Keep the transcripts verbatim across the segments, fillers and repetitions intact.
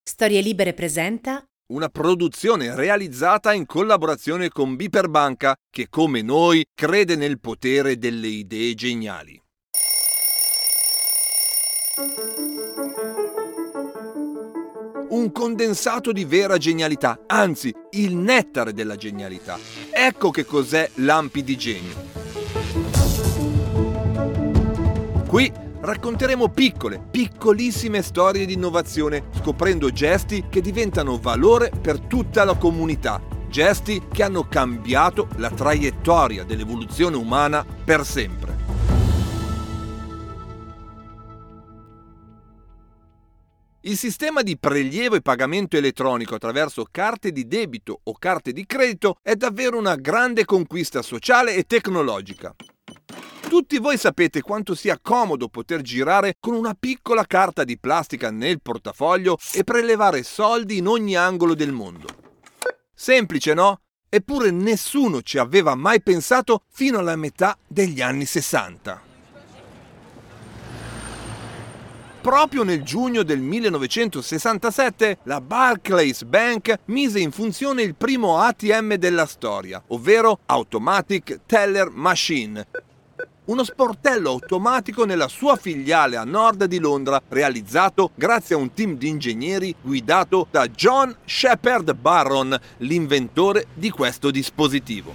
Storie Libere presenta una produzione realizzata in collaborazione con Biper Banca, che come noi crede nel potere delle idee geniali. Un condensato di vera genialità, anzi, il nettare della genialità. Ecco che cos'è Lampi di Genio. Qui racconteremo piccole, piccolissime storie di innovazione, scoprendo gesti che diventano valore per tutta la comunità, gesti che hanno cambiato la traiettoria dell'evoluzione umana per sempre. Il sistema di prelievo e pagamento elettronico attraverso carte di debito o carte di credito è davvero una grande conquista sociale e tecnologica. Tutti voi sapete quanto sia comodo poter girare con una piccola carta di plastica nel portafoglio e prelevare soldi in ogni angolo del mondo. Semplice, no? Eppure nessuno ci aveva mai pensato fino alla metà degli anni sessanta. Proprio nel giugno del millenovecentosessantasette la Barclays Bank mise in funzione il primo A T M della storia, ovvero Automatic Teller Machine. Uno sportello automatico nella sua filiale a nord di Londra, realizzato grazie a un team di ingegneri guidato da John Shepherd Barron, l'inventore di questo dispositivo.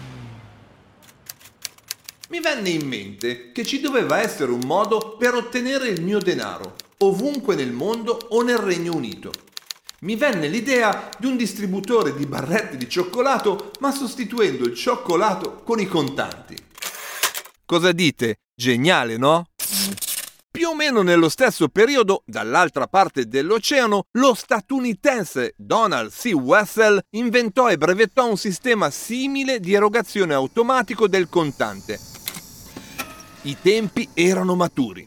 Mi venne in mente che ci doveva essere un modo per ottenere il mio denaro, ovunque nel mondo o nel Regno Unito. Mi venne l'idea di un distributore di barrette di cioccolato, ma sostituendo il cioccolato con i contanti. Cosa dite? Geniale, no? Più o meno nello stesso periodo, dall'altra parte dell'oceano, lo statunitense Donald C. Wessel inventò e brevettò un sistema simile di erogazione automatico del contante. I tempi erano maturi.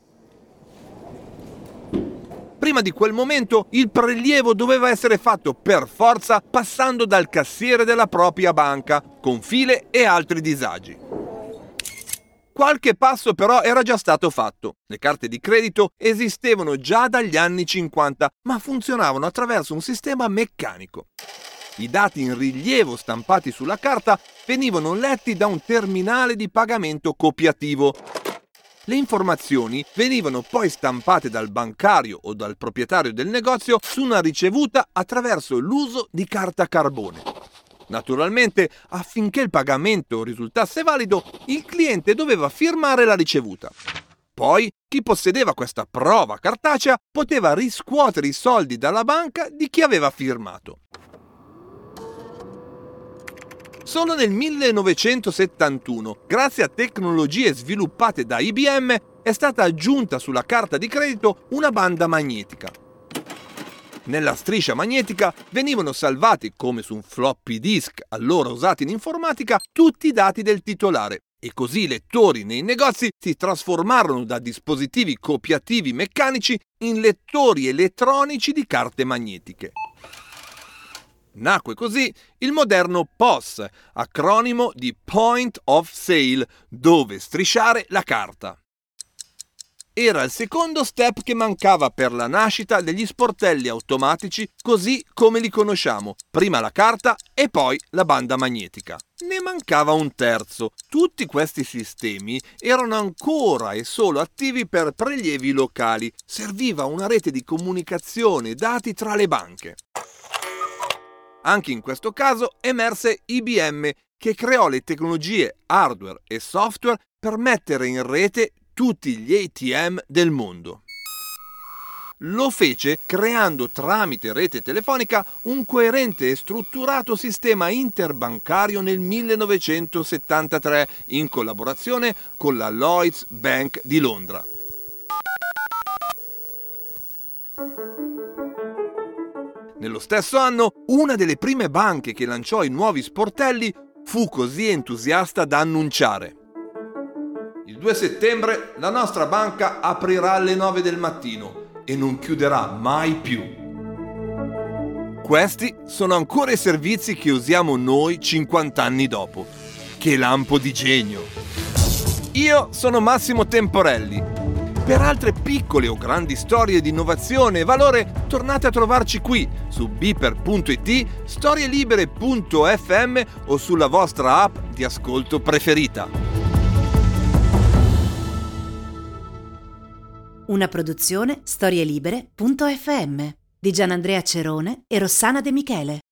Prima di quel momento il prelievo doveva essere fatto per forza passando dal cassiere della propria banca, con file e altri disagi. Qualche passo però era già stato fatto. Le carte di credito esistevano già dagli anni cinquanta, ma funzionavano attraverso un sistema meccanico. I dati in rilievo stampati sulla carta venivano letti da un terminale di pagamento copiativo. Le informazioni venivano poi stampate dal bancario o dal proprietario del negozio su una ricevuta attraverso l'uso di carta carbone. Naturalmente, affinché il pagamento risultasse valido, il cliente doveva firmare la ricevuta. Poi, chi possedeva questa prova cartacea poteva riscuotere i soldi dalla banca di chi aveva firmato. Solo nel millenovecentosettantuno, grazie a tecnologie sviluppate da I B M, è stata aggiunta sulla carta di credito una banda magnetica. Nella striscia magnetica venivano salvati, come su un floppy disk allora usati in informatica, tutti i dati del titolare e così i lettori nei negozi si trasformarono da dispositivi copiativi meccanici in lettori elettronici di carte magnetiche. Nacque così il moderno P O S, acronimo di Point of Sale, dove strisciare la carta. Era il secondo step che mancava per la nascita degli sportelli automatici così come li conosciamo, prima la carta e poi la banda magnetica. Ne mancava un terzo. Tutti questi sistemi erano ancora e solo attivi per prelievi locali. Serviva una rete di comunicazione e dati tra le banche. Anche in questo caso emerse I B M, che creò le tecnologie hardware e software per mettere in rete tutti gli A T M del mondo. Lo fece creando tramite rete telefonica un coerente e strutturato sistema interbancario nel millenovecentosettantatré in collaborazione con la Lloyds Bank di Londra. Nello stesso anno, una delle prime banche che lanciò i nuovi sportelli fu così entusiasta da annunciare: il due settembre la nostra banca aprirà alle nove del mattino e non chiuderà mai più. Questi sono ancora i servizi che usiamo noi cinquanta anni dopo. Che lampo di genio! Io sono Massimo Temporelli Per altre piccole o grandi storie di innovazione e valore, tornate a trovarci qui su beeper punto it, storielibere punto effe emme o sulla vostra app di ascolto preferita. Una produzione storielibere punto effe emme di Gianandrea Cerone e Rossana De Michele.